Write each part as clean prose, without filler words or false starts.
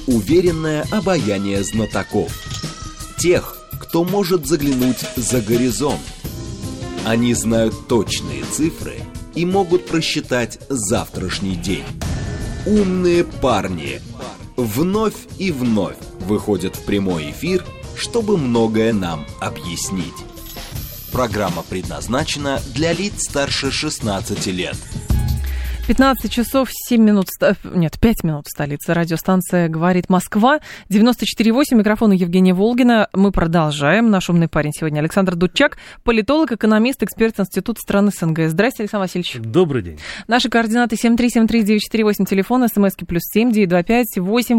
Уверенное обаяние знатоков. Тех, кто может заглянуть за горизонт. Они знают точные цифры и могут просчитать завтрашний день. Умные парни вновь и вновь выходят в прямой эфир, чтобы многое нам объяснить. Программа предназначена для лиц старше 16 лет. 15 часов 7 минут, 5 минут в столице. Радиостанция «Говорит Москва». 94,8. Микрофон Евгения Волгина. Мы продолжаем. Наш умный парень сегодня Александр Дудчак, политолог, экономист, эксперт Института стран СНГ. Здравствуйте, Александр Васильевич. Добрый день. Наши координаты 7373948, телефон, смски +7 925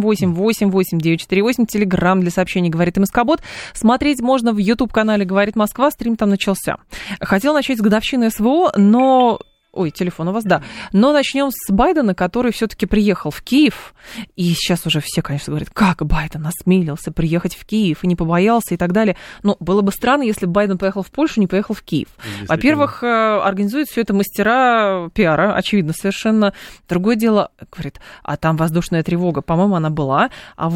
888 948, телеграм для сообщений «Говорит МСК-бот». Смотреть можно в YouTube-канале «Говорит Москва». Стрим там начался. Хотел начать с годовщины СВО, но... Ой, телефон у вас, да. Но начнем с Байдена, который все-таки приехал в Киев. И сейчас уже все, конечно, говорят, как Байден осмелился приехать в Киев и не побоялся и так далее. Но было бы странно, если бы Байден поехал в Польшу, не поехал в Киев. Во-первых, организуют все это мастера пиара, очевидно совершенно. Другое дело, говорит, а там воздушная тревога, по-моему, она была.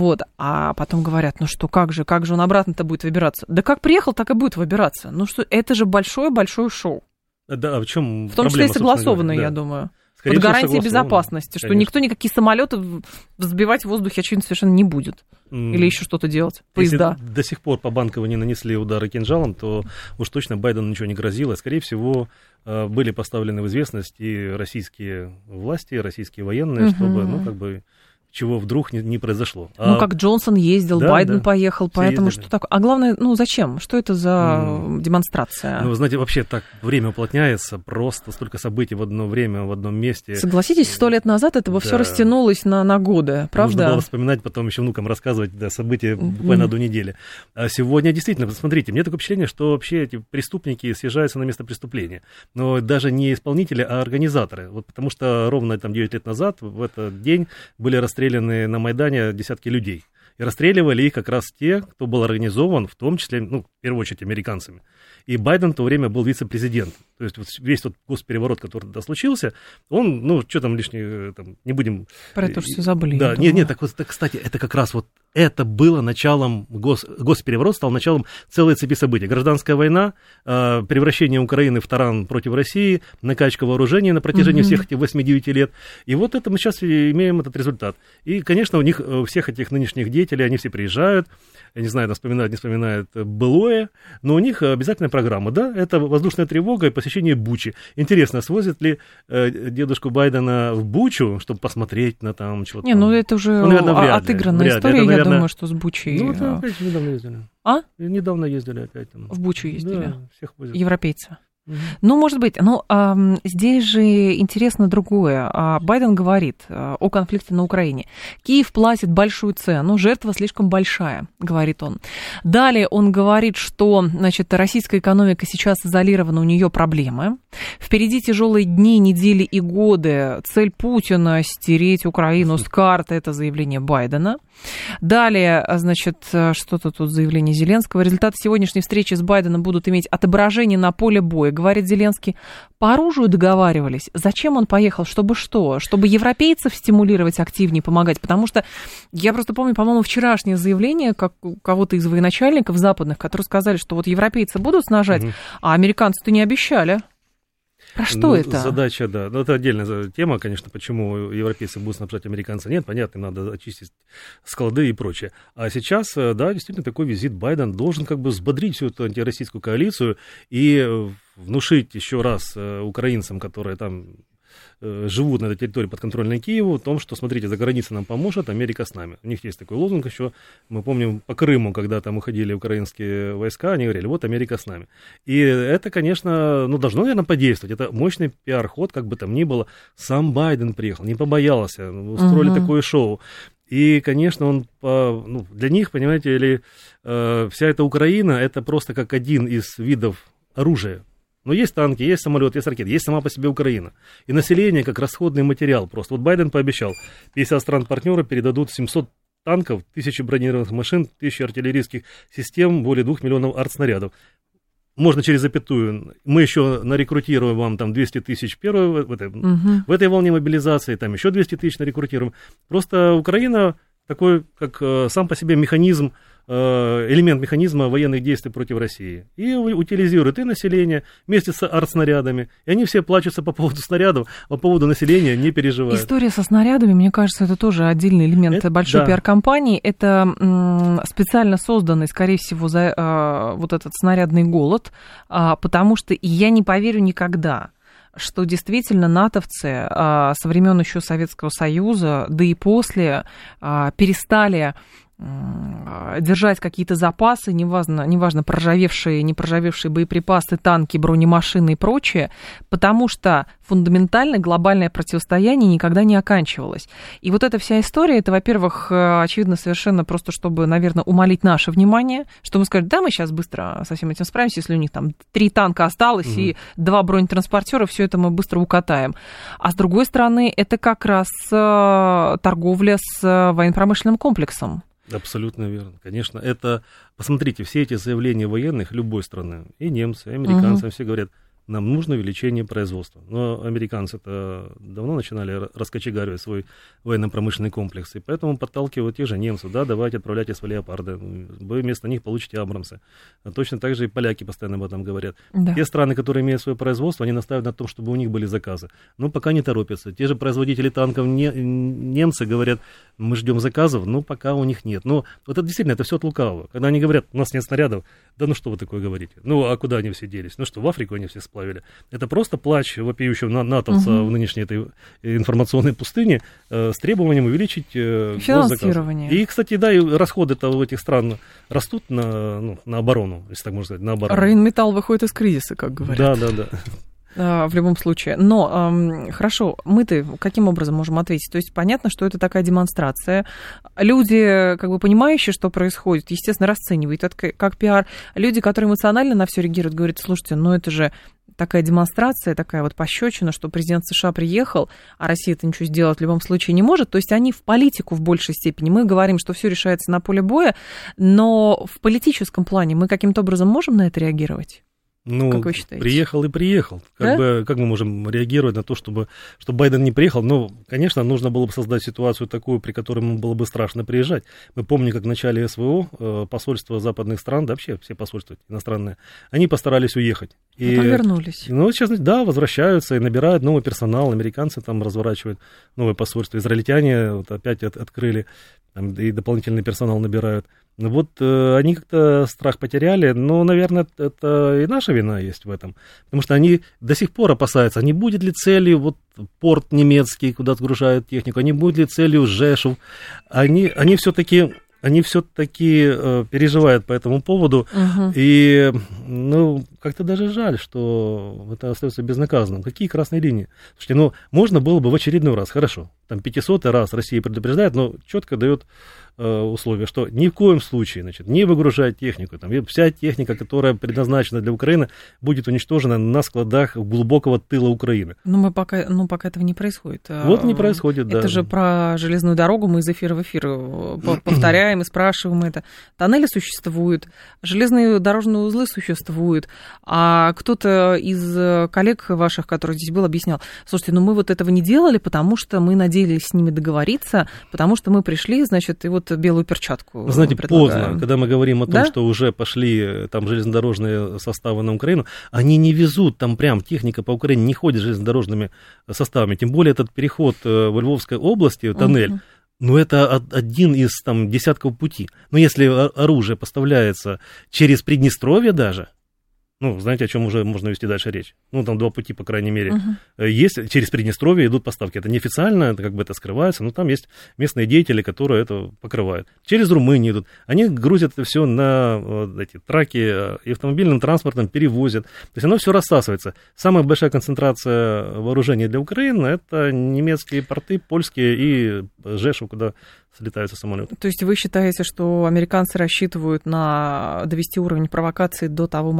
А потом говорят, ну что, как же он обратно-то будет выбираться? Да как приехал, так и будет выбираться. Ну что, это же большое-большое шоу. Да, а в чем в том числе и согласованно, я думаю. Под гарантией безопасности, что никто никакие самолеты взбивать в воздухе, очевидно, совершенно не будет. Или еще что-то делать. Поезда. Если до сих пор по Банково не нанесли удары кинжалом, то уж точно Байдену ничего не грозило. Скорее всего, были поставлены в известность и российские власти, и российские военные, чтобы... чего вдруг не произошло. Как Джонсон ездил, да, Байден поехал, поэтому ездили. Что такое? А главное, зачем? Что это за демонстрация? Вы знаете, вообще так время уплотняется, просто столько событий в одно время, в одном месте. Согласитесь, 100 лет назад этого все растянулось на годы, правда? Нужно было вспоминать, потом еще внукам рассказывать события буквально до недели. А сегодня действительно, посмотрите, мне такое впечатление, что вообще эти преступники съезжаются на место преступления. Но даже не исполнители, а организаторы. Потому что ровно 9 лет назад, в этот день, были расстреляны на Майдане десятки людей. И расстреливали их как раз те, кто был организован, в том числе, в первую очередь, американцами. И Байден в то время был вице-президентом. То есть весь тот госпереворот, который тогда случился, он, что там лишнее, не будем... Про это все забыли. Да, нет, кстати, это как раз это было началом, госпереворот стал началом целой цепи событий. Гражданская война, превращение Украины в таран против России, накачка вооружений на протяжении всех этих 8-9 лет. И вот это мы сейчас имеем этот результат. И, конечно, у всех этих нынешних деятелей, они все приезжают, я не знаю, вспоминают, не вспоминают былое, но у них обязательная программа, да, это воздушная тревога и посещение Бучи. Интересно, свозят ли дедушку Байдена в Бучу, чтобы посмотреть на там что-то? Это уже отыгранная история, я думаю, что с Бучей. Опять недавно ездили. Недавно ездили опять. В Бучу ездили? Да, всех возят. Европейцы. Может быть. Здесь же интересно другое. Байден говорит о конфликте на Украине. Киев платит большую цену, жертва слишком большая, говорит он. Далее он говорит, что, российская экономика сейчас изолирована, у нее проблемы. Впереди тяжелые дни, недели и годы. Цель Путина — стереть Украину с карты. Это заявление Байдена. Далее, что-то тут заявление Зеленского. Результаты сегодняшней встречи с Байденом будут иметь отображение на поле боя, говорит Зеленский. По оружию договаривались. Зачем он поехал? Чтобы что? Чтобы европейцев стимулировать активнее помогать? Потому что я просто помню, по-моему, вчерашнее заявление кого-то из военачальников западных, которые сказали, что европейцы будут снажать, а американцы-то не обещали. Про что это? Задача, да. Это отдельная тема, конечно, почему европейцы будут снабжать американцев. Нет, понятно, надо очистить склады и прочее. А сейчас, да, действительно, такой визит Байдена должен взбодрить всю эту антироссийскую коалицию и внушить еще раз украинцам, которые там живут на этой территории подконтрольной Киеву, о том, что, смотрите, за границей нам поможет, Америка с нами. У них есть такой лозунг еще, мы помним по Крыму, когда там уходили украинские войска, они говорили, вот Америка с нами. И это, конечно, должно, наверное, подействовать. Это мощный пиар-ход, как бы там ни было. Сам Байден приехал, не побоялся, устроили такое шоу. И, конечно, он, для них, понимаете, вся эта Украина, это просто как один из видов оружия. Но есть танки, есть самолеты, есть ракеты, есть сама по себе Украина. И население как расходный материал просто. Байден пообещал, 50 стран-партнеров передадут 700 танков, 1000 бронированных машин, 1000 артиллерийских систем, более 2 миллионов артснарядов. Можно через запятую. Мы еще нарекрутируем вам там 200 тысяч в этой волне мобилизации, там еще 200 тысяч нарекрутируем. Просто Украина такой, как сам по себе механизм, элемент механизма военных действий против России. И утилизируют и население вместе с артснарядами. И они все плачутся по поводу снарядов, а по поводу населения не переживают. История со снарядами, мне кажется, это тоже отдельный элемент большой пиар-компании. Это специально созданный, скорее всего, за вот этот снарядный голод, потому что я не поверю никогда, что действительно натовцы со времен еще Советского Союза, да и после, перестали держать какие-то запасы, неважно, проржавевшие, не проржавевшие боеприпасы, танки, бронемашины и прочее, потому что фундаментально глобальное противостояние никогда не оканчивалось. И вот эта вся история, это, во-первых, очевидно, совершенно просто, чтобы, наверное, умолить наше внимание, чтобы сказать, да, мы сейчас быстро со всем этим справимся, если у них там 3 танка осталось и 2 бронетранспортера, все это мы быстро укатаем. А с другой стороны, это как раз торговля с военно-промышленным комплексом. Абсолютно верно. Конечно, это, посмотрите, все эти заявления военных любой страны, и немцы, и американцы, все говорят, нам нужно увеличение производства. Но американцы-то давно начинали раскочегаривать свой военно-промышленный комплекс, и поэтому подталкивают тех же немцев, да, давайте отправляйте свои леопарды, вы вместо них получите абрамсы. Точно так же и поляки постоянно об этом говорят. Да. Те страны, которые имеют свое производство, они настаивают на том, чтобы у них были заказы. Но пока не торопятся. Те же производители танков, немцы, говорят, мы ждем заказов, но пока у них нет. Но вот это действительно, это все от лукавого. Когда они говорят, у нас нет снарядов, да ну что вы такое говорите? Ну а куда они все делись? Ну что, в Африку они все сплавили? Это просто плач вопиющего натовца в нынешней этой информационной пустыне с требованием увеличить финансирование. И, кстати, да, и расходы-то у этих стран растут на оборону, если так можно сказать, на оборону. Рейнметалл выходит из кризиса, как говорят. Да. В любом случае. Но, хорошо, мы-то каким образом можем ответить? То есть понятно, что это такая демонстрация. Люди, как бы понимающие, что происходит, естественно, расценивают это как пиар. Люди, которые эмоционально на все реагируют, говорят, слушайте, ну это же такая демонстрация, такая вот пощечина, что президент США приехал, а Россия-то ничего сделать в любом случае не может. То есть они в политику в большей степени. Мы говорим, что все решается на поле боя, но в политическом плане мы каким-то образом можем на это реагировать? Ну, как вы считаете? Приехал и приехал. Как мы можем реагировать на то, чтобы Байден не приехал? Ну, конечно, нужно было бы создать ситуацию такую, при которой ему было бы страшно приезжать. Мы помним, как в начале СВО посольства западных стран, да вообще все посольства иностранные, они постарались уехать. И вернулись. Ну, сейчас, да, возвращаются и набирают новый персонал. Американцы там разворачивают новое посольство. Израильтяне вот опять открыли там, и дополнительный персонал набирают. Вот они как-то страх потеряли, но, наверное, это и наша вина есть в этом, потому что они до сих пор опасаются, не будет ли целью вот порт немецкий, куда отгружают технику, не будет ли целью Жешув. Они все-таки переживают по этому поводу, и, ну, как-то даже жаль, что это остается безнаказанным. Какие красные линии? Слушайте, можно было бы в очередной раз, хорошо, там 500-й раз Россия предупреждает, но четко дает условия, что ни в коем случае, не выгружать технику. Там, вся техника, которая предназначена для Украины, будет уничтожена на складах глубокого тыла Украины. Но пока этого не происходит. Вот не происходит, да. Это же про железную дорогу, мы из эфира в эфир повторяем и спрашиваем это. Тоннели существуют, железные дорожные узлы существуют, а кто-то из коллег ваших, который здесь был, объяснял, слушайте, мы вот этого не делали, потому что мы надеялись с ними договориться, потому что мы пришли, значит, и вот белую перчатку. Вы знаете, поздно, когда мы говорим о том, что уже пошли там железнодорожные составы на Украину, они не везут, там прям техника по Украине не ходит железнодорожными составами, тем более этот переход в Львовской области, тоннель, это один из там десятков пути. Но если оружие поставляется через Приднестровье даже, знаете, о чем уже можно вести дальше речь? Там 2 пути, по крайней мере. Есть, через Приднестровье идут поставки. Это неофициально, это это скрывается, но там есть местные деятели, которые это покрывают. Через Румынию идут. Они грузят это все на эти траки и автомобильным транспортом перевозят. То есть оно все рассасывается. Самая большая концентрация вооружений для Украины – это немецкие порты, польские и Жешув, куда слетаются самолеты. То есть вы считаете, что американцы рассчитывают на довести уровень провокации до того момента,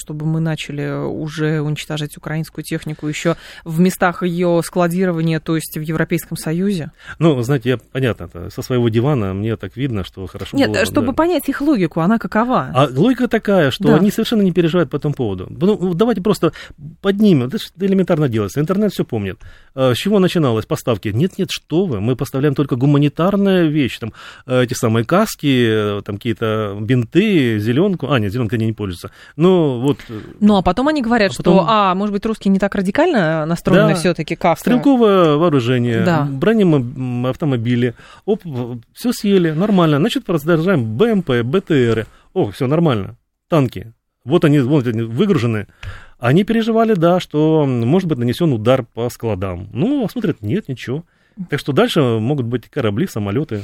чтобы мы начали уже уничтожать украинскую технику еще в местах ее складирования, то есть в Европейском Союзе? Ну, знаете, понятно, со своего дивана мне так видно, что хорошо было... Нет, чтобы понять их логику, она какова? А логика такая, что они совершенно не переживают по этому поводу. Ну, давайте просто поднимем, это элементарно делается, интернет все помнит. С чего начиналось поставки? Нет, что вы, мы поставляем только гуманитарная вещь, там, эти самые каски, там, какие-то бинты, зеленку. Нет, зеленкой они не пользуются. Ну, вот... Ну, а потом они говорят, что, может быть, русские не так радикально настроены все-таки, как... Стрелковое вооружение, бронеавтомобили. Все съели, нормально. Значит, продолжаем БМП, БТРы. Все нормально. Танки. Вот они выгружены. Они переживали, что может быть нанесен удар по складам. Ну, смотрят, нет, ничего. Так что дальше могут быть корабли, самолеты.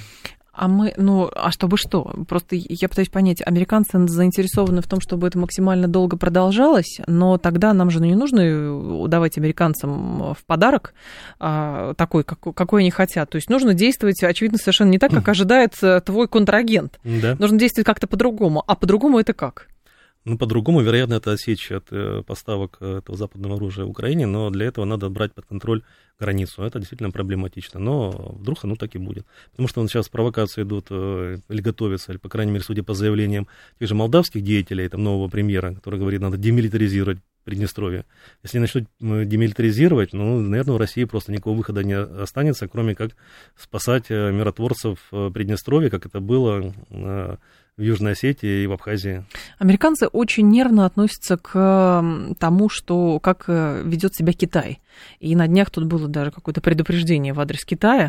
А чтобы что? Просто я пытаюсь понять, американцы заинтересованы в том, чтобы это максимально долго продолжалось, но тогда нам же не нужно давать американцам в подарок такой, какой они хотят. То есть нужно действовать, очевидно, совершенно не так, как ожидает твой контрагент. Да. Нужно действовать как-то по-другому. А по-другому это как? Ну, по-другому, вероятно, это отсечь от поставок этого западного оружия в Украине, но для этого надо брать под контроль границу. Это действительно проблематично, но вдруг оно так и будет. Потому что сейчас провокации идут или готовятся, или, по крайней мере, судя по заявлениям тех же молдавских деятелей, там, нового премьера, который говорит, надо демилитаризировать Приднестровье. Если начнут демилитаризировать, наверное, у России просто никакого выхода не останется, кроме как спасать миротворцев Приднестровья, как это было в Южной Осетии и в Абхазии. Американцы очень нервно относятся к тому, как ведет себя Китай. И на днях тут было даже какое-то предупреждение в адрес Китая,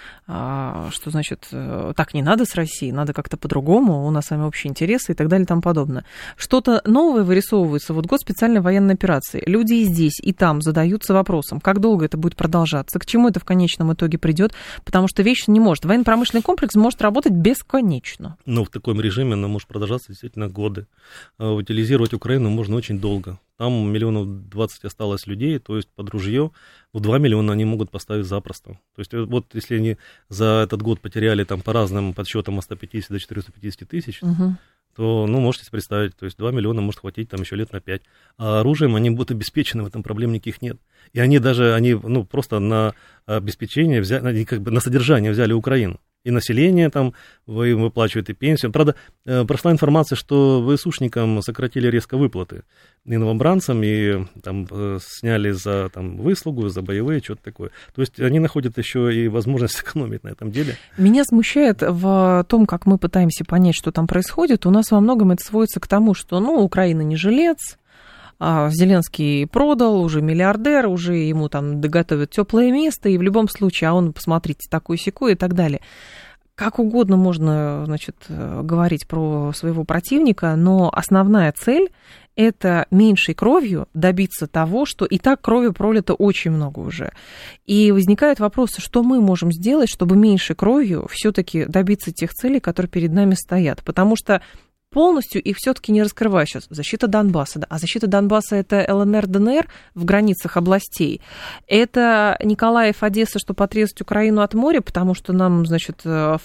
что, значит, так не надо с Россией, надо как-то по-другому, у нас с вами общие интересы и так далее и тому подобное. Что-то новое вырисовывается. Вот год специальной военной операции. Люди и здесь, и там задаются вопросом, как долго это будет продолжаться, к чему это в конечном итоге придет, потому что вечно не может. Военно-промышленный комплекс может работать бесконечно. В таком режиме оно может продолжаться действительно годы. Утилизировать Украину можно очень долго. Там 20 миллионов осталось людей, то есть под ружье 2 миллиона они могут поставить запросто. То есть вот если они за этот год потеряли там по разным подсчетам от 150 до 450 тысяч, то, можете себе представить, то есть 2 миллиона может хватить там еще лет на 5. А оружием они будут обеспечены, в этом проблем никаких нет. И они просто на обеспечение взяли, они как бы на содержание взяли Украину. И население там выплачивает, и пенсию. Правда, прошла информация, что ВСУшникам сократили резко выплаты. И новобранцам, и там сняли за выслугу, за боевые, что-то такое. То есть они находят еще и возможность сэкономить на этом деле. Меня смущает в том, как мы пытаемся понять, что там происходит. У нас во многом это сводится к тому, что, Украина не жилец, Зеленский продал, уже миллиардер, уже ему там доготовят теплое место, и в любом случае, он, посмотрите, такой-сякой и так далее. Как угодно можно, говорить про своего противника, но основная цель – это меньшей кровью добиться того, что и так крови пролито очень много уже. И возникают вопросы, что мы можем сделать, чтобы меньшей кровью все-таки добиться тех целей, которые перед нами стоят. Потому что полностью их все-таки не раскрываю сейчас. Защита Донбасса. Да. А защита Донбасса – это ЛНР, ДНР в границах областей. Это Николаев, Одесса, чтобы отрезать Украину от моря, потому что нам, в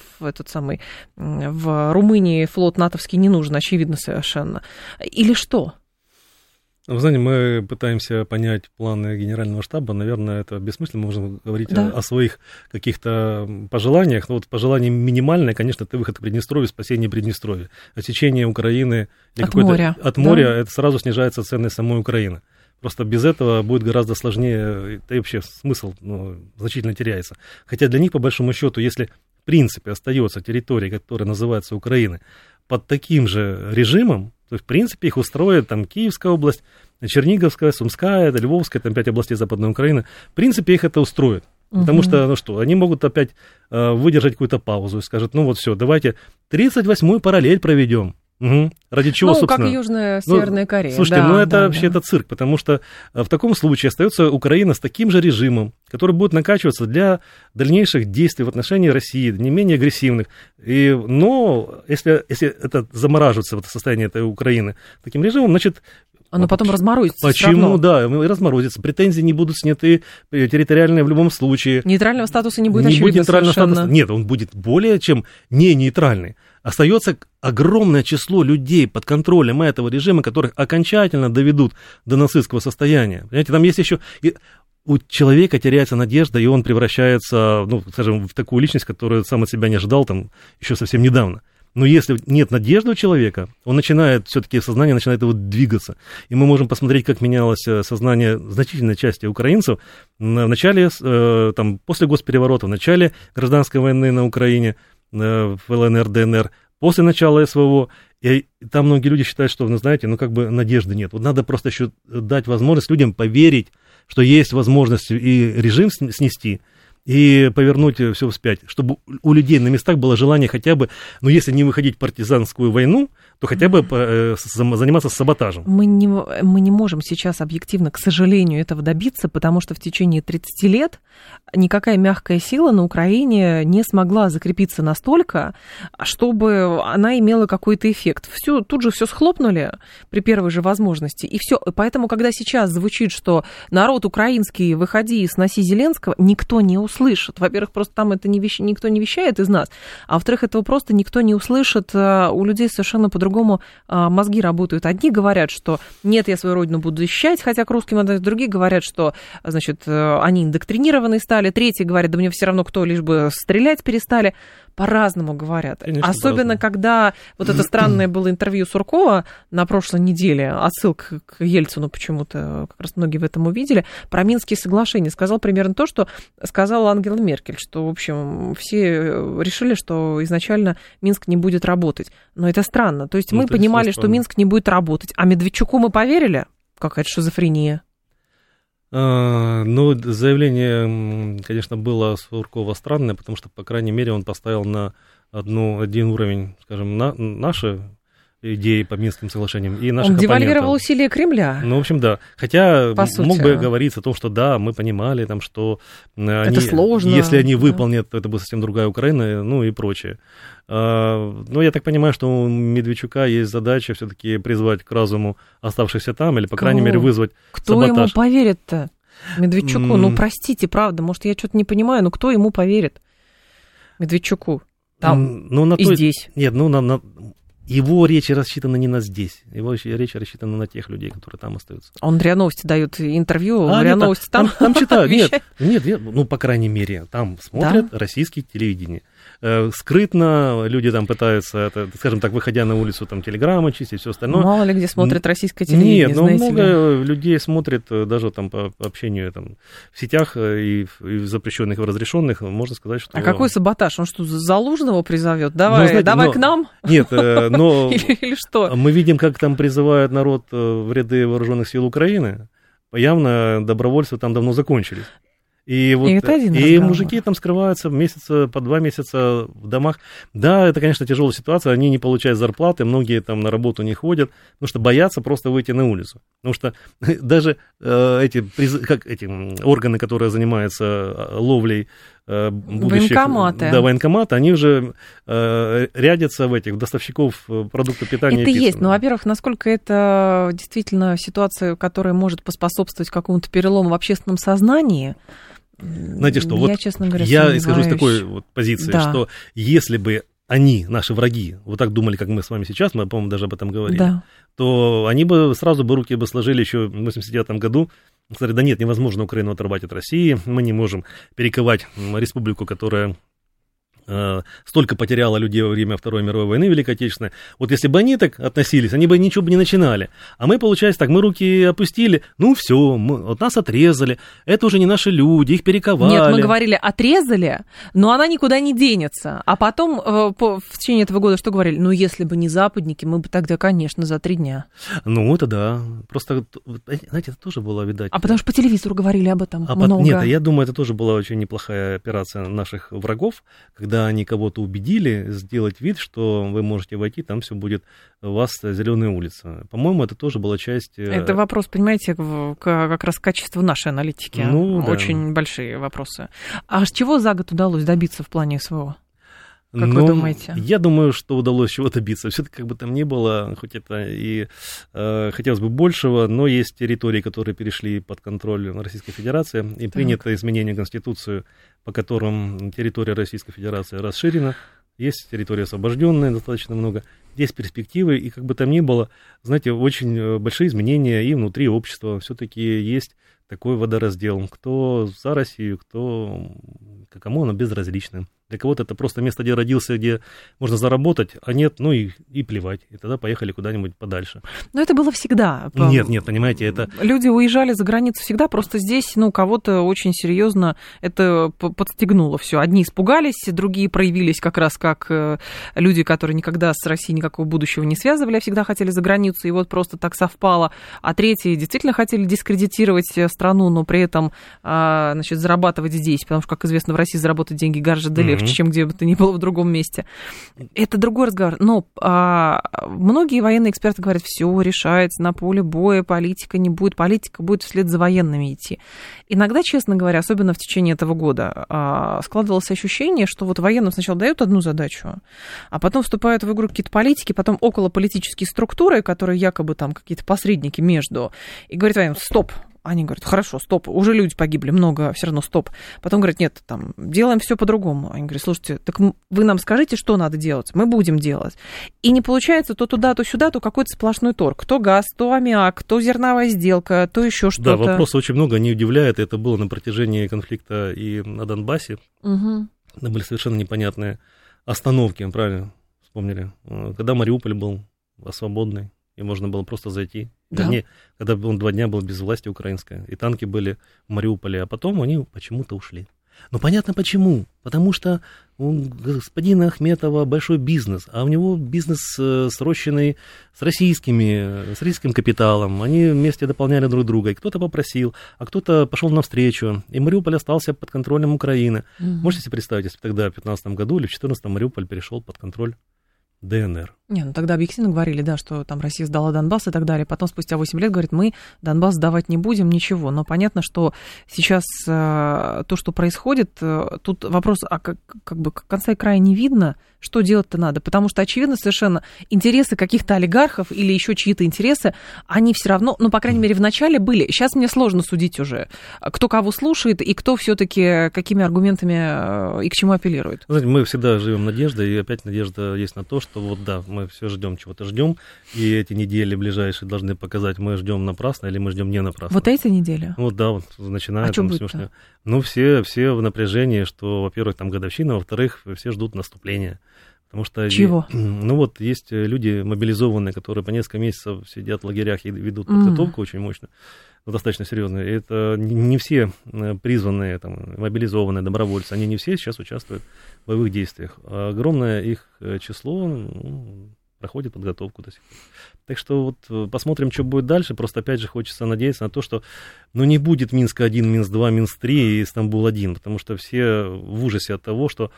Румынии флот натовский не нужен, очевидно совершенно. Или что? Вы знаете, мы пытаемся понять планы Генерального штаба. Наверное, это бессмысленно. Мы можем говорить о своих каких-то пожеланиях. Но пожелание минимальное, конечно, это выход к Приднестровью, спасение Приднестровья. Отсечение Украины от моря. Это сразу снижается ценность самой Украины. Просто без этого будет гораздо сложнее, да и вообще смысл значительно теряется. Хотя для них, по большому счету, если в принципе остается территория, которая называется Украина, под таким же режимом, то есть, в принципе, их устроит там Киевская область, Черниговская, Сумская, Львовская, там 5 областей Западной Украины. В принципе, их это устроит. Потому что, они могут опять выдержать какую-то паузу и скажут, все, давайте 38-ю параллель проведем. Ради чего, собственно... как Южная, Северная Корея. Слушайте, это цирк, потому что в таком случае остается Украина с таким же режимом, который будет накачиваться для дальнейших действий в отношении России, не менее агрессивных. Но если это замораживается, это состояние этой Украины таким режимом, значит... Оно потом разморозится. Почему? Да, разморозится. Претензии не будут сняты, территориальные в любом случае. Нейтрального статуса не будет, очевидно, нейтрального статуса. Нет, он будет более чем не нейтральный. остается огромное число людей под контролем этого режима, которых окончательно доведут до нацистского состояния. Понимаете, там есть еще... У человека теряется надежда, и он превращается, ну, скажем, в такую личность, которую сам от себя не ожидал там еще совсем недавно. Но если нет надежды у человека, он начинает, все-таки сознание начинает его двигаться. И мы можем посмотреть, как менялось сознание значительной части украинцев в начале, там, после госпереворота, в начале гражданской войны на Украине, в ЛНР, ДНР, после начала СВО. И там многие люди считают, что, ну, знаете, ну, как бы надежды нет. Вот надо просто еще дать возможность людям поверить, что есть возможность и режим снести, и повернуть все вспять, чтобы у людей на местах было желание хотя бы, ну, если не выходить в партизанскую войну, то хотя бы заниматься саботажем. Мы не можем сейчас объективно, к сожалению, этого добиться, потому что в течение 30 лет никакая мягкая сила на Украине не смогла закрепиться настолько, чтобы она имела какой-то эффект. Тут же все схлопнули при первой же возможности, и все. Поэтому, когда сейчас звучит, что народ украинский, выходи и сноси Зеленского, никто не услышит. Во-первых, просто там это никто не вещает из нас, а во-вторых, этого просто никто не услышит. У людей совершенно по-другому мозги работают. Одни говорят, что нет, я свою родину буду защищать, хотя к русским отдают. Другие говорят, что, значит, они индоктринированы стали. Третьи говорят, да мне все равно кто, лишь бы стрелять перестали. По-разному говорят. Конечно, особенно, когда вот это странное было интервью Суркова на прошлой неделе, отсылка к Ельцину почему-то, как раз многие в этом увидели, про Минские соглашения. Сказал примерно то, что сказала Ангела Меркель, что, в общем, все решили, что изначально Минск не будет работать. Но это странно. То есть мы понимали, что Минск не будет работать, а Медведчуку мы поверили? Какая-то шизофрения. Ну, заявление, конечно, было Суркова странное, потому что, по крайней мере, он поставил на один уровень, скажем, наши идеи по Минским соглашениям и наших оппонентов. Он девальвировал усилия Кремля. Ну, в общем, да. Хотя мог бы говориться о том, что да, мы понимали, там, что это сложно. Если они выполнят, то это будет совсем другая Украина, ну и прочее. Но я так понимаю, что у Медведчука есть задача все-таки призвать к разуму оставшихся там, или, по крайней мере, вызвать Кто саботаж. Ему поверит-то? Медведчуку? Ну, простите, правда, может, я что-то не понимаю, но кто ему поверит? Медведчуку? Там и здесь. Нет, его речь рассчитана не на здесь, его речь рассчитана на тех людей, которые там остаются. Он РИА Новости дает интервью, РИА Новости там читают, нет, ну, по крайней мере, там смотрят российские телевидения. Скрытно люди там пытаются, скажем так, выходя на улицу, там, телеграммы чистить, все остальное. Мало ли где смотрят российское телевидение, нет, знаете много людей смотрят даже там по общению там, в сетях и в запрещенных, и в разрешенных, можно сказать, что... А какой саботаж? Он что, Залужного призовет? Давай к нам? Нет, но или что? Мы видим, как там призывают народ в ряды вооруженных сил Украины. Явно добровольцы там давно закончились. И мужики там скрываются по 2 месяца в домах. Да, это, конечно, тяжелая ситуация, они не получают зарплаты, многие там на работу не ходят, потому что боятся просто выйти на улицу. Потому что даже эти органы, которые занимаются ловлей будущих... Военкоматы, они уже рядятся в поставщиков продуктов питания. Это есть, но, во-первых, насколько это действительно ситуация, которая может поспособствовать какому-то перелому в общественном сознании. Знаете что, я, честно говоря, я исхожу из такой вот позиции, что если бы они, наши враги, вот так думали, как мы с вами сейчас, мы, по-моему, даже об этом говорили, то они бы сразу руки сложили еще в 1989 году, сказали, да нет, невозможно Украину оторвать от России, мы не можем перековать республику, которая столько потеряла людей во время Второй мировой войны Великой Отечественной. Вот если бы они так относились, они бы ничего бы не начинали. А мы, получается, так, мы руки опустили, ну все, вот нас отрезали, это уже не наши люди, их перековали. Нет, мы говорили, отрезали, но она никуда не денется. А потом в течение этого года что говорили? Ну, если бы не западники, мы бы тогда, конечно, за 3 дня. Ну, это да. Просто, знаете, это тоже было, видать. А потому что по телевизору говорили об этом много. Нет, я думаю, это тоже была очень неплохая операция наших врагов, когда они кого-то убедили сделать вид, что вы можете войти, там все будет, у вас зеленая улица. По-моему, это тоже была часть... Это вопрос, понимаете, как раз качества нашей аналитики. Очень большие вопросы. А чего за год удалось добиться в плане СВО? Как вы думаете? Я думаю, что удалось чего добиться. Все-таки, как бы там ни было, хоть это и хотелось бы большего, но есть территории, которые перешли под контроль Российской Федерации, и принято изменение Конституции, по которым территория Российской Федерации расширена, есть территории освобожденные достаточно много, есть перспективы, и как бы там ни было, знаете, очень большие изменения и внутри общества. Все-таки есть такой водораздел. Кто за Россию, кому оно безразлично. Для кого-то это просто место, где родился, где можно заработать, а нет, ну и плевать. И тогда поехали куда-нибудь подальше. Но это было всегда. Нет, понимаете, это... Люди уезжали за границу всегда, просто здесь, кого-то очень серьезно это подстегнуло все. Одни испугались, другие проявились как раз как люди, которые никогда с Россией никакого будущего не связывали, а всегда хотели за границу, и вот просто так совпало. А третьи действительно хотели дискредитировать страну, но при этом, зарабатывать здесь, потому что, как известно, в России заработать деньги гораздо легче, чем где бы то ни было в другом месте. Это другой разговор. Но многие военные эксперты говорят, все решается на поле боя, политика не будет, политика будет вслед за военными идти. Иногда, честно говоря, особенно в течение этого года, складывалось ощущение, что вот военным сначала дают одну задачу, а потом вступают в игру какие-то политики, потом околополитические структуры, которые якобы там какие-то посредники между, и говорят военным, стоп. Они говорят, хорошо, стоп, уже люди погибли, много, все равно стоп. Потом говорят, нет, там, делаем все по-другому. Они говорят, слушайте, так вы нам скажите, что надо делать, мы будем делать. И не получается то туда, то сюда, то какой-то сплошной торг. То газ, то аммиак, то зерновая сделка, то еще что-то. Да, вопросов очень много, не удивляет, это было на протяжении конфликта и на Донбассе. Угу. Это были совершенно непонятные остановки, правильно вспомнили. Когда Мариуполь был свободный, и можно было просто зайти. Да. Вернее, когда он 2 дня был без власти украинской, и танки были в Мариуполе, а потом они почему-то ушли. Но понятно почему. Потому что у господина Ахметова большой бизнес, а у него бизнес срощенный с российским капиталом. Они вместе дополняли друг друга. И кто-то попросил, а кто-то пошел навстречу. И Мариуполь остался под контролем Украины. Можете себе представить, если тогда, в 2015 году или в 2014 Мариуполь перешел под контроль ДНР. Тогда объективно говорили, да, что там Россия сдала Донбасс и так далее. Потом спустя 8 лет говорит, мы Донбасс сдавать не будем, ничего. Но понятно, что сейчас то, что происходит, тут вопрос, как бы конца и края не видно, что делать-то надо. Потому что, очевидно, совершенно интересы каких-то олигархов или еще чьи-то интересы, они все равно, по крайней мере, в начале были. Сейчас мне сложно судить уже, кто кого слушает и кто все-таки какими аргументами и к чему апеллирует. Знаете, мы всегда живем надеждой, и опять надежда есть на то, что вот да, мы все ждем, чего-то ждем, и эти недели ближайшие должны показать, мы ждем напрасно или мы ждем не напрасно. Вот эти недели? Вот да, вот начиная там с все в напряжении, что, во-первых, там годовщина, во-вторых, все ждут наступления. Потому что чего? Есть люди мобилизованные, которые по несколько месяцев сидят в лагерях и ведут подготовку очень мощно, достаточно серьезно. И это не все призванные, мобилизованные добровольцы, они не все сейчас участвуют в боевых действиях. А огромное их число проходит подготовку до сих пор. Так что посмотрим, что будет дальше. Просто опять же хочется надеяться на то, что не будет Минск-1, Минск-2, Минск-3 и Стамбул-1, потому что все в ужасе от того, что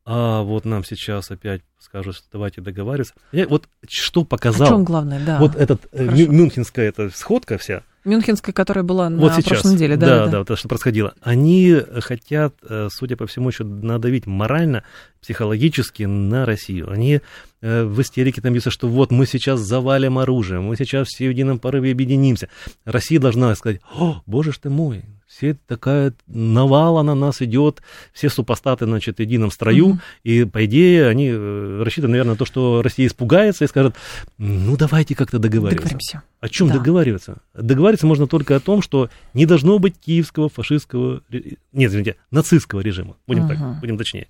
нам сейчас опять скажут, что давайте договариваться. Что показал... О чем главное, да. Мюнхенская сходка вся. Мюнхенская, которая была на прошлой неделе. Да, то, что происходило. Они хотят, судя по всему, еще надавить морально, психологически на Россию. Они в истерике там пишут, что мы сейчас завалим оружием, мы сейчас все в едином порыве объединимся. Россия должна сказать, боже ж ты мой, все такая навала на нас идет, все супостаты, в едином строю, и, по идее, они рассчитаны, наверное, на то, что Россия испугается и скажет, давайте как-то договариваться. О чем договариваться? Договариваться можно только о том, что не должно быть киевского, фашистского, нацистского режима, будем точнее.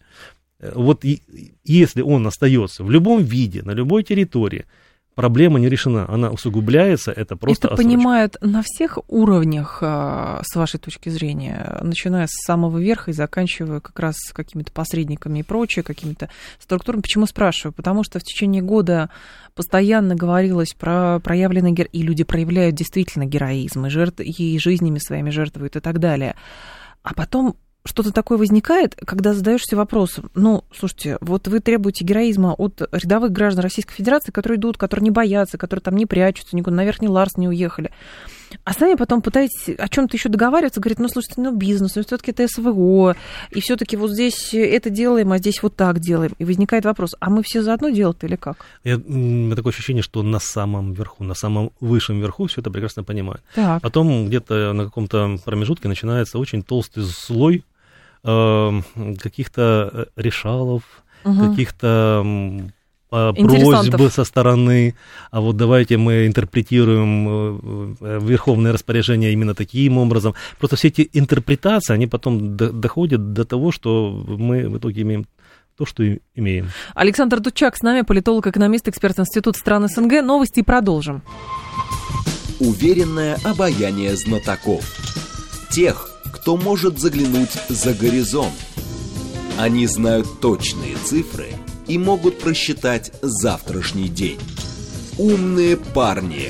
Если он остается в любом виде, на любой территории, проблема не решена, она усугубляется, это просто это понимают на всех уровнях, с вашей точки зрения, начиная с самого верха и заканчивая как раз какими-то посредниками и прочее, какими-то структурами. Почему спрашиваю? Потому что в течение года постоянно говорилось про проявленный героизм, и люди проявляют действительно героизм, и жизнями своими жертвуют и так далее. А потом что-то такое возникает, когда задаешься вопросом, слушайте, вы требуете героизма от рядовых граждан Российской Федерации, которые идут, которые не боятся, которые там не прячутся, никуда на Верхний Ларс не уехали. А сами потом пытаетесь о чем-то еще договариваться, говорит, слушайте, бизнес, все-таки это СВО, и все-таки здесь это делаем, а здесь так делаем. И возникает вопрос, а мы все заодно делать-то или как? У меня такое ощущение, что на самом верху, на самом высшем верху все это прекрасно понимают. Так. Потом где-то на каком-то промежутке начинается очень толстый слой каких-то решалов, каких-то просьбы со стороны, а вот давайте мы интерпретируем верховное распоряжение именно таким образом. Просто все эти интерпретации, они потом доходят до того, что мы в итоге имеем то, что имеем. Александр Дудчак с нами, политолог, экономист, эксперт Института стран СНГ. Новости и продолжим. Уверенное обаяние знатоков. Тех, кто может заглянуть за горизонт. Они знают точные цифры и могут просчитать завтрашний день. Умные парни.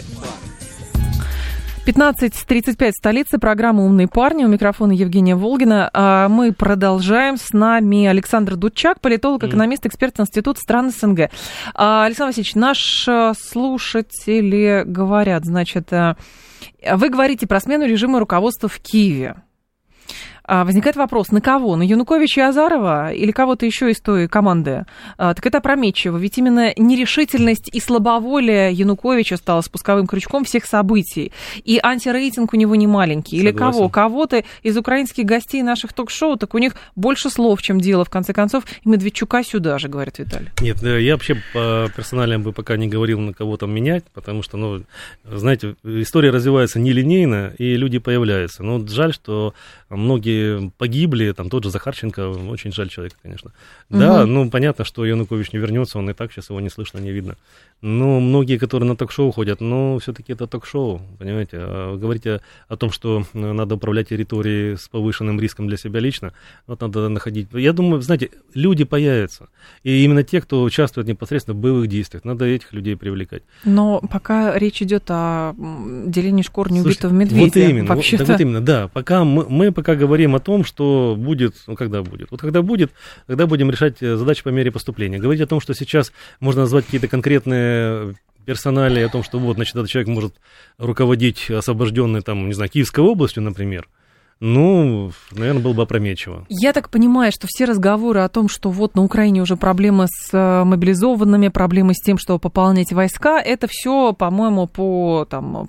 15:35 в столице. Программа «Умные парни». У микрофона Евгения Волгина. Мы продолжаем. С нами Александр Дудчак, политолог, экономист, эксперт Института стран СНГ. Александр Васильевич, наши слушатели говорят, значит, вы говорите про смену режима руководства в Киеве. Возникает вопрос, на кого? На Януковича и Азарова или кого-то еще из той команды? Так это опрометчиво, ведь именно нерешительность и слабоволие Януковича стала спусковым крючком всех событий. И антирейтинг у него не маленький. Или кого? Кого-то из украинских гостей наших ток-шоу, так у них больше слов, чем дело. В конце концов, и Медведчука сюда же, говорит Виталий. Нет, я вообще по персоналиям бы пока не говорил, на кого там менять, потому что, знаете, история развивается нелинейно, и люди появляются. Но жаль, что многие погибли, там тот же Захарченко, очень жаль человека, конечно. Да, понятно, что Янукович не вернется, он и так сейчас его не слышно, не видно. Но многие, которые на ток-шоу ходят, все-таки это ток-шоу, понимаете. Говорить о том, что надо управлять территорией с повышенным риском для себя лично, надо находить. Я думаю, знаете, люди появятся. И именно те, кто участвует непосредственно в боевых действиях, надо этих людей привлекать. Но пока речь идет о делении шкур неубитого медведя. Вот именно, вот именно, да. Пока мы пока говорим о том, что будет, когда будет. Вот когда будет, тогда будем решать задачи по мере поступления. Говорить о том, что сейчас можно назвать какие-то конкретные персонали, о том, что значит, этот человек может руководить освобожденной, Киевской областью, например, наверное, было бы опрометчиво. Я так понимаю, что все разговоры о том, что на Украине уже проблемы с мобилизованными, проблемы с тем, что пополнять войска, это все, по-моему, по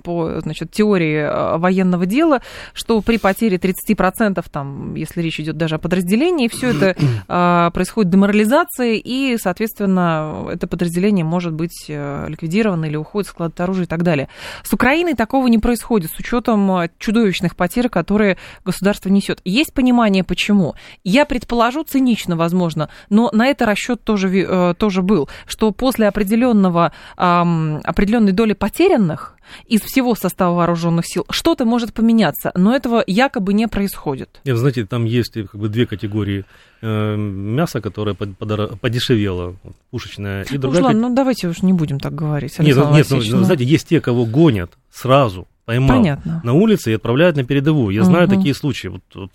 теории военного дела, что при потере 30%, если речь идет даже о подразделении, все это происходит деморализация, и, соответственно, это подразделение может быть ликвидировано или уходит в склад оружия и так далее. С Украиной такого не происходит, с учетом чудовищных потерь, которые государство несет. Есть понимание, почему. Я предположу, цинично, возможно, но на это расчет тоже был, что после определенной доли потерянных из всего состава вооруженных сил что-то может поменяться, но этого якобы не происходит. Нет, знаете, там есть две категории мяса, которое подешевело, пушечное, и другая... давайте уж не будем так говорить. Нет, знаете, есть те, кого гонят сразу, поймал на улице и отправляют на передовую. Я знаю такие случаи.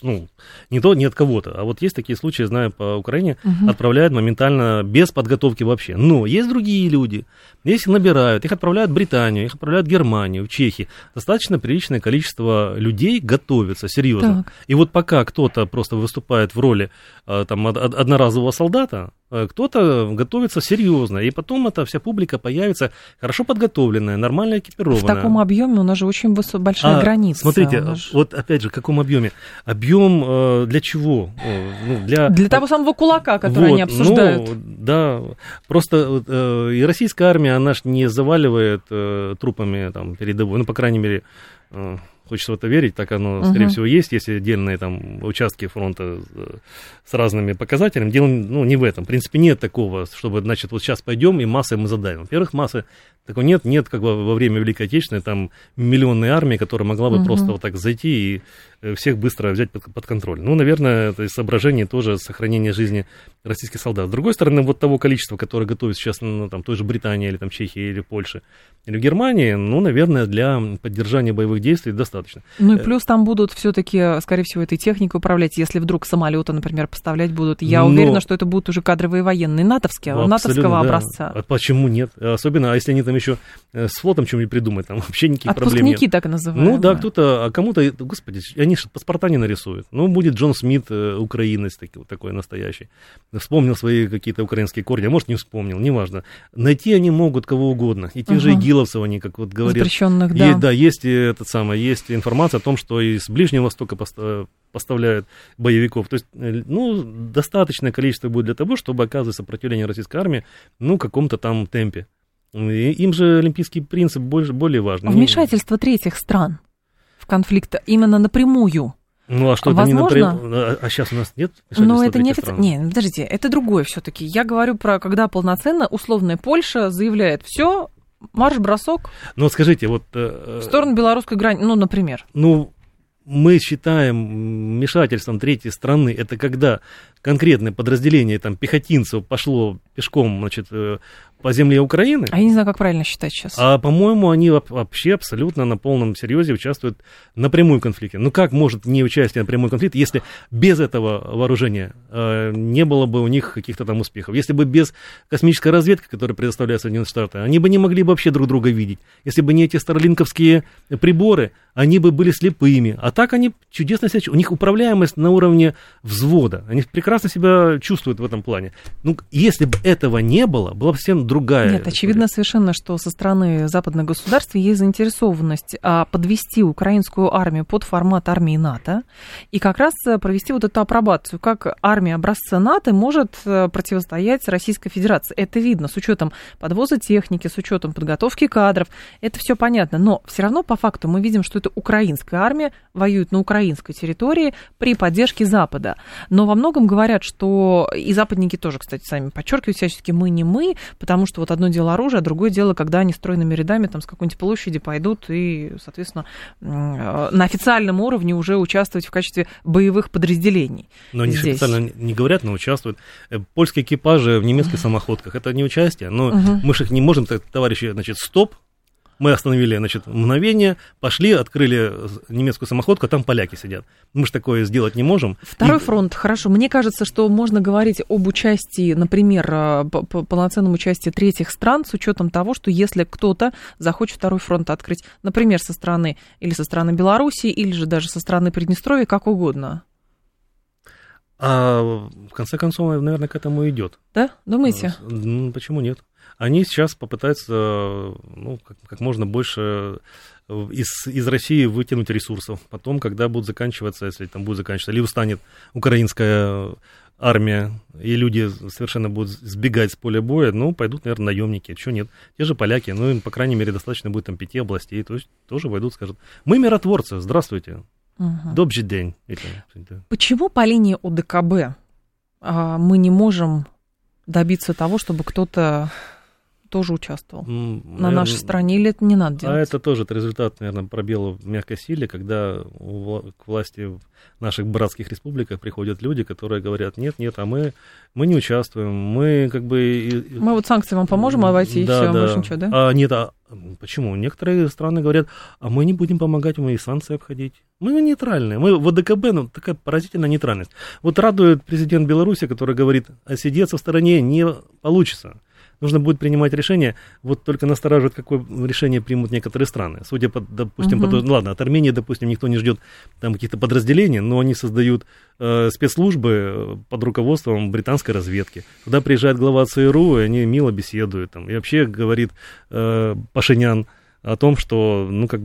Не от кого-то, а есть такие случаи, я знаю, по Украине, отправляют моментально, без подготовки вообще. Но есть другие люди, если набирают, их отправляют в Британию, их отправляют в Германию, в Чехию. Достаточно приличное количество людей готовится, серьезно. Так. И пока кто-то просто выступает в роли одноразового солдата, кто-то готовится серьезно, и потом эта вся публика появится хорошо подготовленная, нормально экипированная. В таком объеме у нас же очень большая граница. Смотрите, опять же, в каком объеме? Объем для чего? Для того самого кулака, который они обсуждают. Да, просто и российская армия, она ж не заваливает трупами передовой, по крайней мере... Хочется в это верить, так оно, скорее всего, есть. Есть отдельные участки фронта с разными показателями. Дело не в этом. В принципе, нет такого, чтобы, сейчас пойдем и массой мы задавим. Во-первых, массы такого нет, как во время Великой Отечественной, миллионной армии, которая могла бы просто так зайти и всех быстро взять под контроль. Наверное, это из соображений тоже сохранения жизни российских солдат. С другой стороны, того количества, которое готовится сейчас той же Британии, или Чехии, или Польше, или Германии, наверное, для поддержания боевых действий достаточно. И плюс там будут все-таки, скорее всего, этой техникой управлять, если вдруг самолеты, например, поставлять будут. Я уверена, что это будут уже кадровые военные, натовского образца. А почему нет? Особенно, если они еще с флотом что-нибудь придумают, вообще никаких проблем нет. Отпускники так называемые. Кому-то, господи, они же паспорта не нарисуют. Будет Джон Смит, украинец такой настоящий. вспомнил свои какие-то украинские корни, а может, не вспомнил, неважно. Найти они могут кого угодно. И тех же игиловцев, они, как вот говорят. Запрещенных, да. Есть информация о том, что из Ближнего Востока поставляют боевиков. То есть, достаточное количество будет для того, чтобы оказывать сопротивление российской армии, в каком-то там темпе. И им же олимпийский принцип более важен. Вмешательство третьих стран в конфликт именно напрямую. А что возможно? Это не напрямую? А сейчас у нас нет Но это не официально. Не, подождите, это другое все-таки. Я говорю про, когда полноценно условная Польша заявляет: все, марш-бросок. Скажите, в сторону белорусской границы, например. Мы считаем вмешательством третьей страны, это когда конкретное подразделение пехотинцев пошло пешком, по земле Украины. А я не знаю, как правильно считать сейчас. А, по-моему, они вообще абсолютно на полном серьезе участвуют напрямую в конфликте. Как может не участие в напрямую конфликте, если без этого вооружения не было бы у них каких-то там успехов? Если бы без космической разведки, которую предоставляют Соединенные Штаты, они бы не могли бы вообще друг друга видеть. Если бы не эти старлинковские приборы, они бы были слепыми. А так они чудесно себя чувствуют. У них управляемость на уровне взвода. Они прекрасно себя чувствуют в этом плане. Если бы этого не было, была бы совсем другая. Нет, очевидно совершенно, что со стороны западных государств есть заинтересованность подвести украинскую армию под формат армии НАТО и как раз провести эту апробацию, как армия образца НАТО может противостоять Российской Федерации. Это видно с учетом подвоза техники, с учетом подготовки кадров. Это все понятно. Но все равно по факту мы видим, что это украинская армия воюет на украинской территории при поддержке Запада. Но во многом говорят, что и западники тоже, кстати, сами подчеркивают всячески мы не мы, потому что одно дело оружие, а другое дело, когда они стройными рядами с какой-нибудь площади пойдут и, соответственно, на официальном уровне уже участвовать в качестве боевых подразделений. Но они официально не говорят, но участвуют. Польские экипажи в немецких самоходках, это не участие, но мы же их не можем, товарищи, стоп. Мы остановили, мгновение, пошли, открыли немецкую самоходку, а там поляки сидят. Мы же такое сделать не можем. Второй фронт, хорошо. Мне кажется, что можно говорить об участии, например, полноценном участии третьих стран с учетом того, что если кто-то захочет второй фронт открыть, например, со стороны Белоруссии, или же даже со стороны Приднестровья, как угодно. А в конце концов, наверное, к этому идет. Да? Думаете? Почему нет? Они сейчас попытаются как можно больше из России вытянуть ресурсов. Потом, когда будут заканчиваться, если там будет заканчиваться, или устанет украинская армия, и люди совершенно будут сбегать с поля боя, пойдут, наверное, наемники. Чего нет? Те же поляки, им, по крайней мере, достаточно будет 5 областей, то есть тоже войдут, скажут: мы миротворцы, здравствуйте. Добрый день. Почему по линии ОДКБ мы не можем добиться того, чтобы кто-то тоже участвовал на нашей стороне, или это не надо делать? А это тоже результат, наверное, пробела в мягкой силе, когда к власти в наших братских республиках приходят люди, которые говорят: нет, а мы не участвуем, мы Мы санкции вам поможем обойти, и все, больше ничего, да? Почему? Некоторые страны говорят: а мы не будем помогать, мы и санкции обходить. Мы нейтральные, мы в ОДКБ, такая поразительная нейтральность. Радует президент Беларуси, который говорит: отсидеться в стороне не получится. Нужно будет принимать решение, только настораживает, какое решение примут некоторые страны. Судя по, допустим, от Армении, допустим, никто не ждет там каких-то подразделений, но они создают спецслужбы под руководством британской разведки. Туда приезжает глава ЦРУ, и они мило беседуют. И вообще говорит Пашинян о том, что,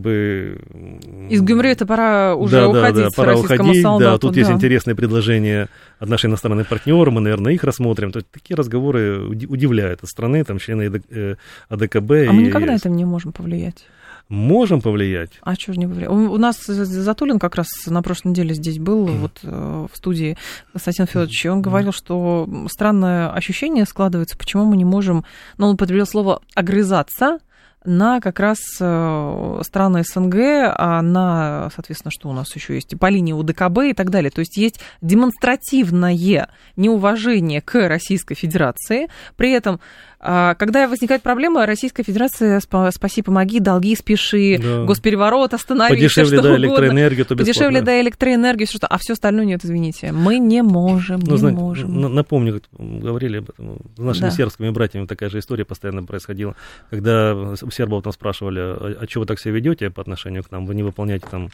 из Гюмри это пора уже уходить пора российскому уходить, солдату. Тут есть интересные предложения от наших иностранных партнеров, мы, наверное, их рассмотрим. То есть такие разговоры удивляют от страны, члены АДКБ. А мы никогда этим не можем повлиять? Можем повлиять. А чего же не повлиять? У нас Затулин как раз на прошлой неделе здесь был, в студии Константин Федорович, и он говорил, что странное ощущение складывается, почему мы не можем, он употребил слово «огрызаться» на как раз страны СНГ, а на, соответственно, что у нас еще есть, по линии УДКБ и так далее. То есть есть демонстративное неуважение к Российской Федерации. При этом, когда возникает проблема, Российская Федерация спаси, помоги, долги спеши, госпереворот останови, подешевле, электроэнергию, то бесплатно. Подешевле, электроэнергию, что-то, а все остальное нет, извините. Мы не можем, не можем. Напомню, говорили об этом, с нашими сербскими братьями такая же история постоянно происходила, когда у сербов там спрашивали: а что вы так себя ведете по отношению к нам, вы не выполняете там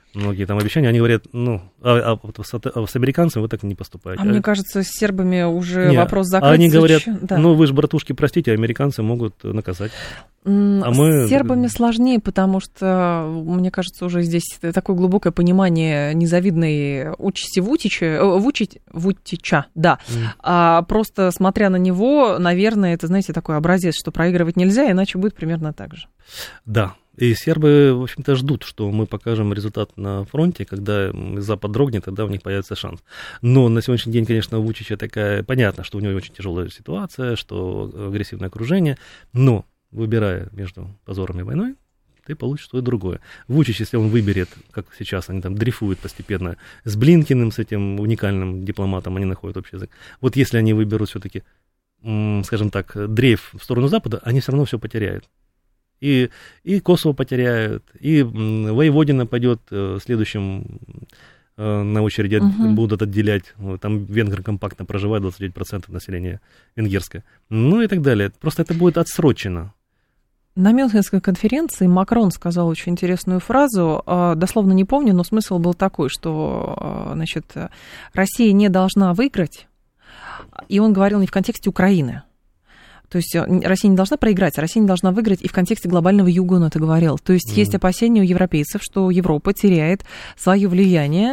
многие там обещания, они говорят, с американцами вы так не поступаете. А мне кажется, с сербами уже вопрос закрыт. Они говорят, вы же, братушки, простите, американцы могут наказать. С сербами сложнее, потому что, мне кажется, уже здесь такое глубокое понимание незавидной участи Вучича, да. Просто смотря на него, наверное, это, знаете, такой образец, что проигрывать нельзя, иначе будет примерно так же. Да. И сербы, в общем-то, ждут, что мы покажем результат на фронте, когда Запад дрогнет, тогда у них появится шанс. Но на сегодняшний день, конечно, у Вучича такая... Понятно, что у него очень тяжелая ситуация, что агрессивное окружение, но выбирая между позором и войной, ты получишь то и другое. Вучич, если он выберет, как сейчас они там дрейфуют постепенно, с Блинкиным, с этим уникальным дипломатом, они находят общий язык. Вот если они выберут все-таки, скажем так, дрейф в сторону Запада, они все равно все потеряют. И Косово потеряют, и Воеводина пойдет следующим на очереди, будут отделять. Там венгры компактно проживают, 29% населения венгерское. Ну и так далее. Просто это будет отсрочено. На Мюнхенской конференции Макрон сказал очень интересную фразу, дословно не помню, но смысл был такой, что, значит, Россия не должна выиграть, и он говорил не в контексте Украины. То есть Россия не должна проиграть, а Россия не должна выиграть, и в контексте глобального юга он это говорил. То есть есть опасения у европейцев, что Европа теряет свое влияние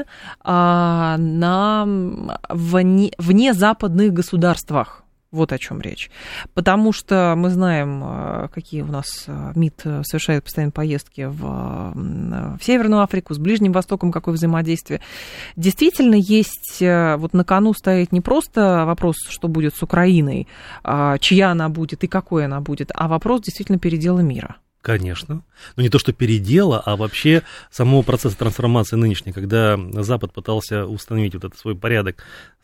вне западных гсударствах. Вот о чем речь. Потому что мы знаем, какие у нас МИД совершает постоянно поездки в Северную Африку, с Ближним Востоком, какое взаимодействие. Действительно, есть, вот на кону стоит не просто вопрос, что будет с Украиной, чья она будет и какой она будет, а вопрос действительно передела мира. Конечно. Но не то, что передела, а вообще самого процесса трансформации нынешней, когда Запад пытался установить вот этот свой порядок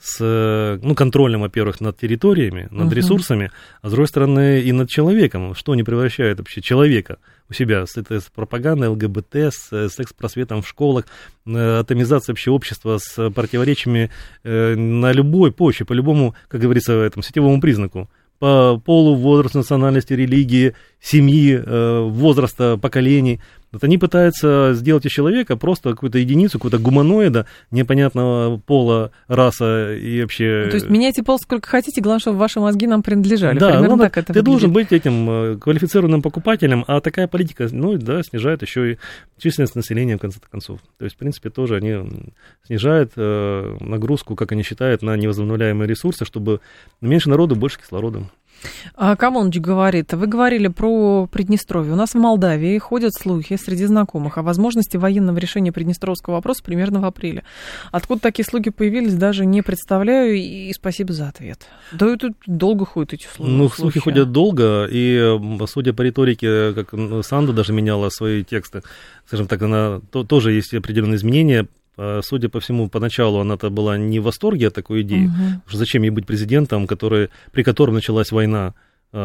с контролем, во-первых, над территориями, над ресурсами, а с другой стороны и над человеком, что не превращает вообще человека у себя с пропагандой ЛГБТ, с секс-просветом в школах, атомизация вообще общества с противоречиями на любой почве, по любому, как говорится, этому сетевому признаку. По полу, возрасту, национальности, религии, семьи, возраста, поколений. Вот они пытаются сделать из человека просто какую-то единицу, какого-то гуманоида, непонятного пола, раса и вообще... То есть меняйте пол сколько хотите, главное, чтобы ваши мозги нам принадлежали. Да, примерно так это ты выглядит. должен быть этим квалифицированным покупателем, а такая политика, снижает еще и численность населения, в конце концов. То есть, в принципе, тоже они снижают нагрузку, как они считают, на невозобновляемые ресурсы, чтобы меньше народу, больше кислорода. Камоныч говорит, вы говорили про Приднестровье. У нас в Молдавии ходят слухи среди знакомых о возможности военного решения приднестровского вопроса примерно в апреле. Откуда такие слухи появились, даже не представляю, и спасибо за ответ. Да это долго ходят эти слухи. Слухи ходят долго, и судя по риторике, как Санду даже меняла свои тексты, скажем так, она тоже есть определенные изменения. Судя по всему, поначалу она-то была не в восторге от такой идеи. Зачем ей быть президентом, при котором началась война?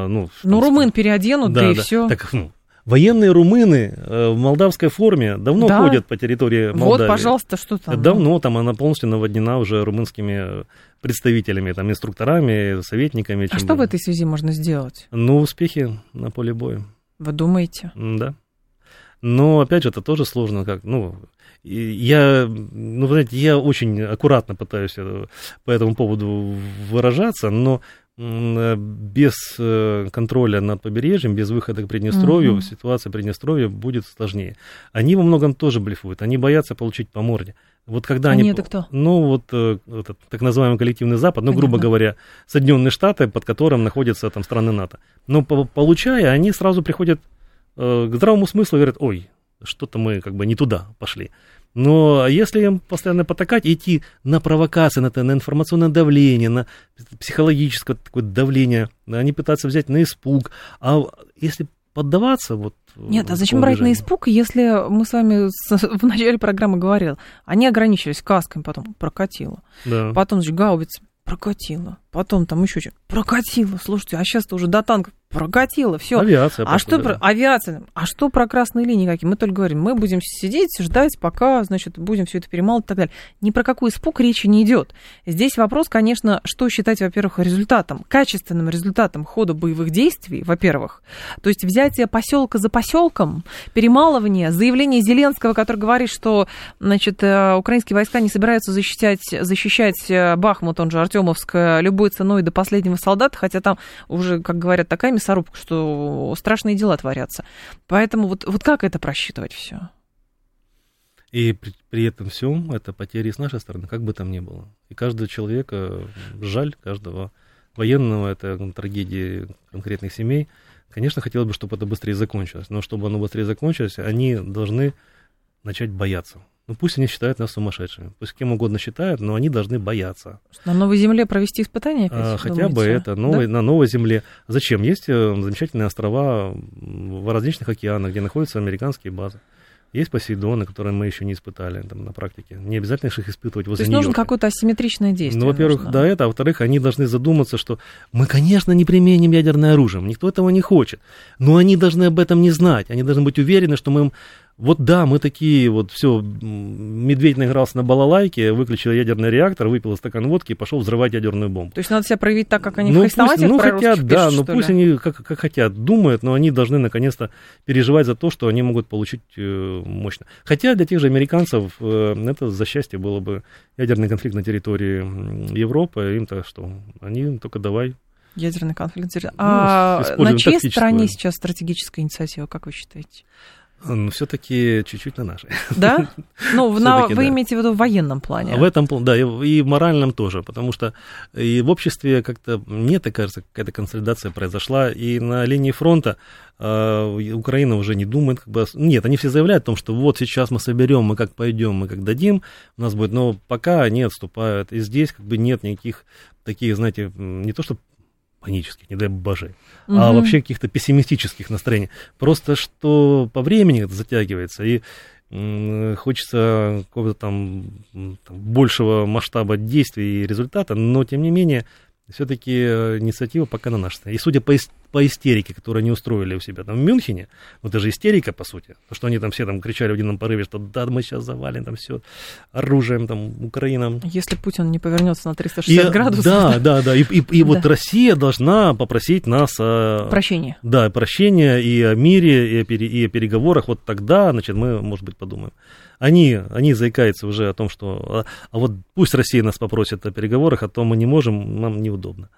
Румын переоденут, да и все. Военные румыны в молдавской форме давно ходят по территории Молдавии. Вот, пожалуйста, что там. Давно там она полностью наводнена уже румынскими представителями, там, инструкторами, советниками. А что в этой связи можно сделать? Успехи на поле боя. Вы думаете? Да. Но, опять же, это тоже сложно, я очень аккуратно пытаюсь по этому поводу выражаться, но без контроля над побережьем, без выхода к Приднестровью, ситуация Приднестровья будет сложнее. Они во многом тоже блефуют, они боятся получить по морде. Вот когда они... это кто? Этот, так называемый коллективный Запад, грубо говоря, Соединенные Штаты, под которым находятся там страны НАТО. Но получая, они сразу приходят к здравому смыслу и говорят, ой, что-то мы не туда пошли. Но если им постоянно потакать, идти на провокации, на информационное давление, на психологическое такое давление, они пытаются взять на испуг. А если поддаваться... Нет, а зачем брать на испуг, если мы с вами в начале программы говорили, они ограничились касками, потом прокатило. Да. Потом, гаубиц прокатило. Потом там еще что-то прокатило. Слушайте, а сейчас-то уже до танков прокатило, все. Авиация. Авиация. А что про красные линии какие? Мы только говорим, мы будем сидеть, ждать, пока, значит, будем все это перемалывать и так далее. Ни про какой испуг речи не идет. Здесь вопрос, конечно, что считать, во-первых, результатом, качественным результатом хода боевых действий, во-первых. То есть взятие поселка за поселком, перемалывание, заявление Зеленского, который говорит, что, значит, украинские войска не собираются защищать Бахмут, он же Артемовск, любой ценой до последнего солдата, хотя там уже, как говорят, такая мясорубка, что страшные дела творятся. Поэтому вот как это просчитывать все? И при этом всем это потери с нашей стороны, как бы там ни было. И каждого человека жаль, каждого военного, это трагедии конкретных семей. Конечно, хотелось бы, чтобы это быстрее закончилось, но чтобы оно быстрее закончилось, они должны начать бояться. Ну, пусть они считают нас сумасшедшими, пусть кем угодно считают, но они должны бояться. На новой земле провести испытания? Хотя бы это, на новой земле. Зачем? Есть замечательные острова в различных океанах, где находятся американские базы. Есть Посейдоны, которые мы еще не испытали там, на практике. Не обязательно их испытывать возле Нью-Йорка. То есть нужно какое-то асимметричное действие. Ну, во-первых, да, это, а во-вторых, они должны задуматься, что мы, конечно, не применим ядерное оружие, никто этого не хочет, но они должны об этом не знать, они должны быть уверены, что мы им... Вот да, мы такие, вот все, медведь наигрался на балалайке, выключил ядерный реактор, выпил стакан водки и пошел взрывать ядерную бомбу. То есть надо себя проявить так, как они в хрестоматиях хотят, да, но пусть они как хотят думают, но они должны наконец-то переживать за то, что они могут получить мощно. Хотя для тех же американцев это за счастье было бы ядерный конфликт на территории Европы, им-то что, они только давай. Ядерный конфликт. На чьей стороне сейчас стратегическая инициатива, как вы считаете? Ну, все-таки чуть-чуть на нашей. Да? Ну, вы имеете в виду в военном плане? В этом плане, да, и в моральном тоже, потому что и в обществе как-то, мне так кажется, какая-то консолидация произошла, и на линии фронта Украина уже не думает, как бы, нет, они все заявляют о том, что вот сейчас мы соберем, мы как пойдем, мы как дадим, у нас будет, но пока они отступают, и здесь как бы нет никаких таких, знаете, не то что панических, не дай боже, а вообще каких-то пессимистических настроений. Просто что по времени это затягивается, и хочется какого-то там большего масштаба действий и результата, но тем не менее все-таки инициатива пока на нашей стороне. И судя по истерике, которую они устроили у себя там в Мюнхене, вот это же истерика, по сути, потому что они там все там кричали в едином порыве, что да, мы сейчас завалим там все оружием, там, Украина. Если Путин не повернется на 360 градусов. Да, и вот Россия должна попросить нас о... Прощения. Да, прощения и о мире, и о переговорах, вот тогда, значит, мы, может быть, подумаем. Они заикаются уже о том, что а вот пусть Россия нас попросит о переговорах, а то мы не можем, нам неудобно.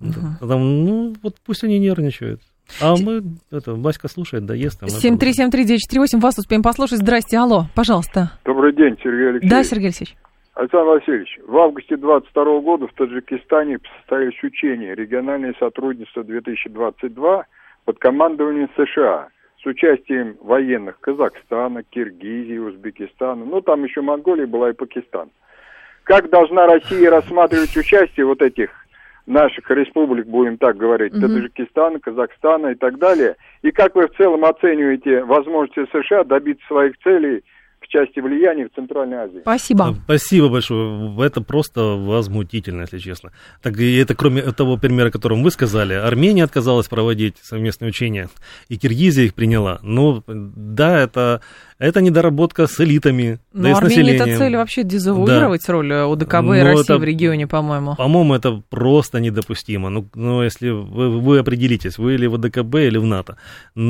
Там, ну, вот пусть они нервничают. А мы, Васька слушает, да ест. 7373948, вас успеем послушать. Здрасте, алло, пожалуйста. Добрый день, Сергей Алексеевич. Да, Сергей Алексеевич. Александр Васильевич, в августе 2022 года в Таджикистане состоялись учения «Региональное сотрудничество-2022» под командованием США с участием военных Казахстана, Киргизии, Узбекистана, ну там еще Монголия была и Пакистан. Как должна Россия рассматривать участие вот этих наших республик, будем так говорить, Таджикистана, Казахстана и так далее, и как вы в целом оцениваете возможности США добиться своих целей в части влияния в Центральной Азии? Спасибо. Спасибо большое. Это просто возмутительно, если честно. Так и это кроме того примера, о котором вы сказали, Армения отказалась проводить совместные учения, и Киргизия их приняла. Ну, да, это недоработка с элитами, да и с населением. Но Армения-то цель вообще дезавуировать роль ОДКБ и России в регионе, по-моему. По-моему, это просто недопустимо. Ну если вы определитесь, вы или в ОДКБ, или в НАТО.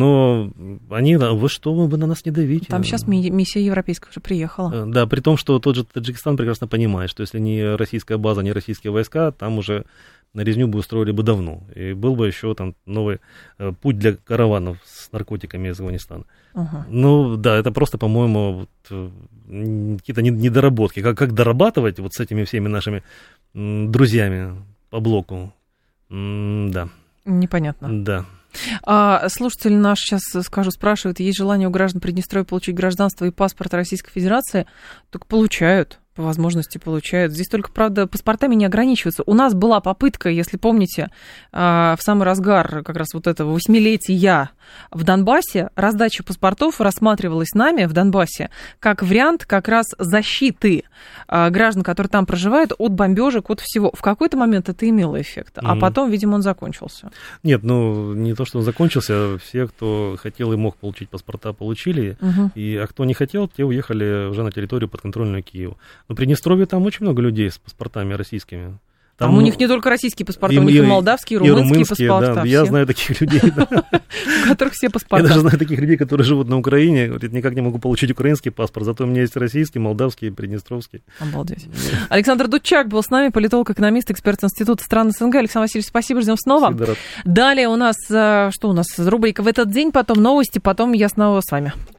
Но вы что, вы на нас не давите? Там сейчас миссия европейская уже приехала. Да, при том, что тот же Таджикистан прекрасно понимает, что если не российская база, не российские войска, там уже на резню бы устроили бы давно. И был бы еще там новый путь для караванов с наркотиками из Афганистана. Ну, да, это просто, по-моему, какие-то недоработки. Как дорабатывать вот с этими всеми нашими друзьями по блоку? Да. Непонятно. Да. Слушатель наш сейчас, спрашивает, есть желание у граждан Приднестровья получить гражданство и паспорт Российской Федерации? Так получают. по возможности получают. Здесь только, правда, паспортами не ограничиваются. У нас была попытка, если помните, в самый разгар как раз вот этого 8-летия в Донбассе, раздача паспортов рассматривалась нами в Донбассе как вариант как раз защиты граждан, которые там проживают, от бомбежек, от всего. В какой-то момент это имело эффект, а потом, видимо, он закончился. Нет, ну, не то, что он закончился, все, кто хотел и мог получить паспорта, получили, а кто не хотел, те уехали уже на территорию подконтрольную Киеву. Но в Приднестровье там очень много людей с паспортами российскими. Там у них не только российские паспорта, у них и молдавские, и румынские паспорта. Да, я знаю таких людей. У которых все паспорта. Я даже знаю таких людей, которые живут на Украине, говорят, никак не могу получить украинский паспорт, зато у меня есть российский, молдавский, приднестровский. Обалдеть. Александр Дудчак был с нами, политолог, экономист, эксперт Института стран СНГ. Александр Васильевич, спасибо, ждем снова. Далее у нас, рубрика «В этот день», потом новости, потом я снова с вами.